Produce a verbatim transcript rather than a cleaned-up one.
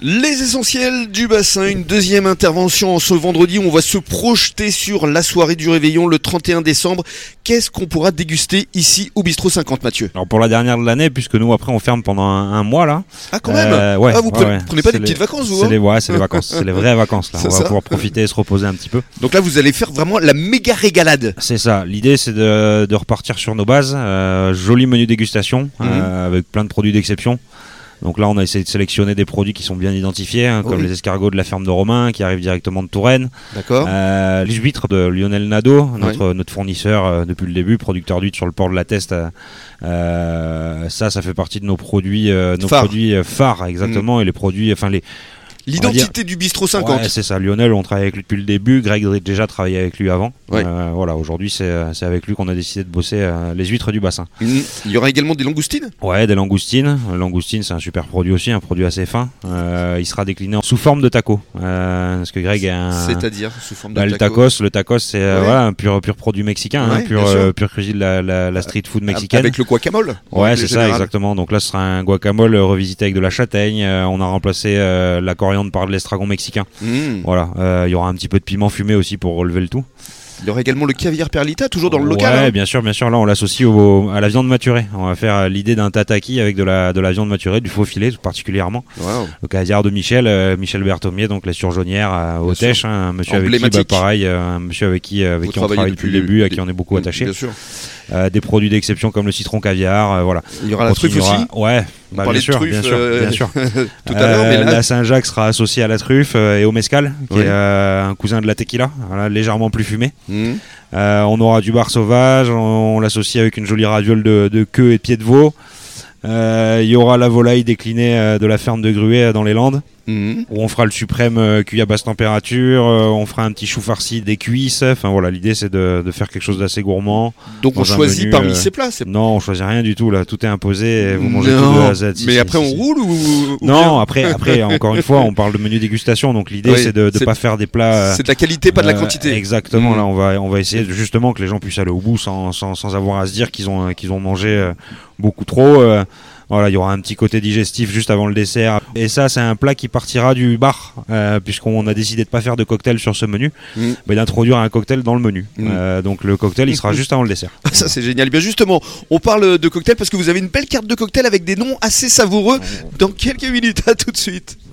Les essentiels du bassin, une deuxième intervention en ce vendredi où on va se projeter sur la soirée du réveillon le trente et un décembre. Qu'est-ce qu'on pourra déguster ici au Bistrot cinquante, Mathieu? Alors pour la dernière de l'année, puisque nous après on ferme pendant un, un mois là. Ah quand même euh, ouais, ah, vous prenez, ouais, ouais. prenez pas C'est des les, petites vacances vous c'est hein les, ouais, c'est les vacances, c'est les vraies vacances là. C'est on va ça pouvoir profiter et se reposer un petit peu. Donc là vous allez faire vraiment la méga régalade. C'est ça, l'idée c'est de, de repartir sur nos bases, euh, joli menu dégustation mmh. euh, avec plein de produits d'exception. Donc là on a essayé de sélectionner des produits qui sont bien identifiés, hein, comme oui. les escargots de la ferme de Romain qui arrivent directement de Touraine. D'accord. Euh, les huîtres de Lionel Nadeau, notre, oui. notre fournisseur euh, depuis le début, producteur d'huîtres sur le port de la Teste. Euh, ça, ça fait partie de nos produits, euh, nos Phare. produits euh, phares exactement, mmh. et les produits, enfin les. L'identité du Bistrot cinquante. Ouais, c'est ça. Lionel, on travaille avec lui depuis le début. Greg a déjà travaillé avec lui avant. Ouais. Euh, voilà, aujourd'hui, c'est, c'est avec lui qu'on a décidé de bosser euh, les huîtres du bassin. Mmh. Il y aura également des langoustines ? Ouais, des langoustines. Langoustine, c'est un super produit aussi, un produit assez fin. Euh, il sera décliné sous forme de taco. Euh, parce que Greg a un... C'est-à-dire sous forme de bah, taco. Le tacos, le tacos, c'est ouais. euh, voilà, un pur, pur produit mexicain, ouais, hein, pur, euh, pur cuisine de la, la, la street food mexicaine. Avec le guacamole. Ouais, c'est général. Ça, exactement. Donc là, ce sera un guacamole revisité avec de la châtaigne. Euh, on a remplacé euh, la coriandre par de l'estragon mexicain. Mmh. Voilà, il euh, y aura un petit peu de piment fumé aussi pour relever le tout. Il y aura également le caviar perlita, toujours dans le ouais, local. Ouais, hein. bien sûr, bien sûr. Là, on l'associe au, à la viande maturée. On va faire l'idée d'un tataki avec de la, de la viande maturée, du faux filet particulièrement. Wow. Le caviar de Michel, euh, Michel Berthomier, donc la surjaunière euh, au Tèche, hein, un monsieur avec qui, bah, pareil, euh, un monsieur avec qui, euh, avec qui on travaille depuis le début, à qui on est beaucoup attaché. Bien sûr. Euh, des produits d'exception comme le citron caviar, euh, voilà. Il y aura la truffe aussi. Ouais, bah, bien, sûr, truffe, bien sûr, euh... bien sûr. Tout à l'heure, mais là... La Saint-Jacques sera associée à la truffe euh, et au mezcal, qui oui. est euh, un cousin de la tequila, voilà, légèrement plus fumé. Mmh. Euh, on aura du bar sauvage, on, on l'associe avec une jolie radiole de, de queue et de pied de veau. Il euh, y aura la volaille déclinée euh, de la ferme de Gruet euh, dans les Landes. Mmh. Où on fera le suprême euh, cuit à basse température, euh, on fera un petit chou farci, des cuisses. Enfin voilà, l'idée c'est de, de faire quelque chose d'assez gourmand. Donc on choisit menu, parmi euh... ces plats c'est... Non, on choisit rien du tout là, tout est imposé. Et vous mangez non. tout de A à Z. Si, mais si, après si, on si. roule ou, ou Non, bien... après, après encore une fois, on parle de menu dégustation. Donc l'idée oui, c'est de ne pas faire des plats. C'est de la qualité, pas de la quantité. Euh, exactement. Mmh. Là, on va on va essayer de, justement que les gens puissent aller au bout sans sans, sans avoir à se dire qu'ils ont qu'ils ont mangé euh, beaucoup trop. Euh, Voilà, il y aura un petit côté digestif juste avant le dessert. Et ça, c'est un plat qui partira du bar, euh, puisqu'on a décidé de pas faire de cocktail sur ce menu, mmh. mais d'introduire un cocktail dans le menu. Mmh. Euh, donc le cocktail, il sera juste avant le dessert. Ça, c'est génial. Bien justement, on parle de cocktail parce que vous avez une belle carte de cocktail avec des noms assez savoureux. Dans quelques minutes, à tout de suite.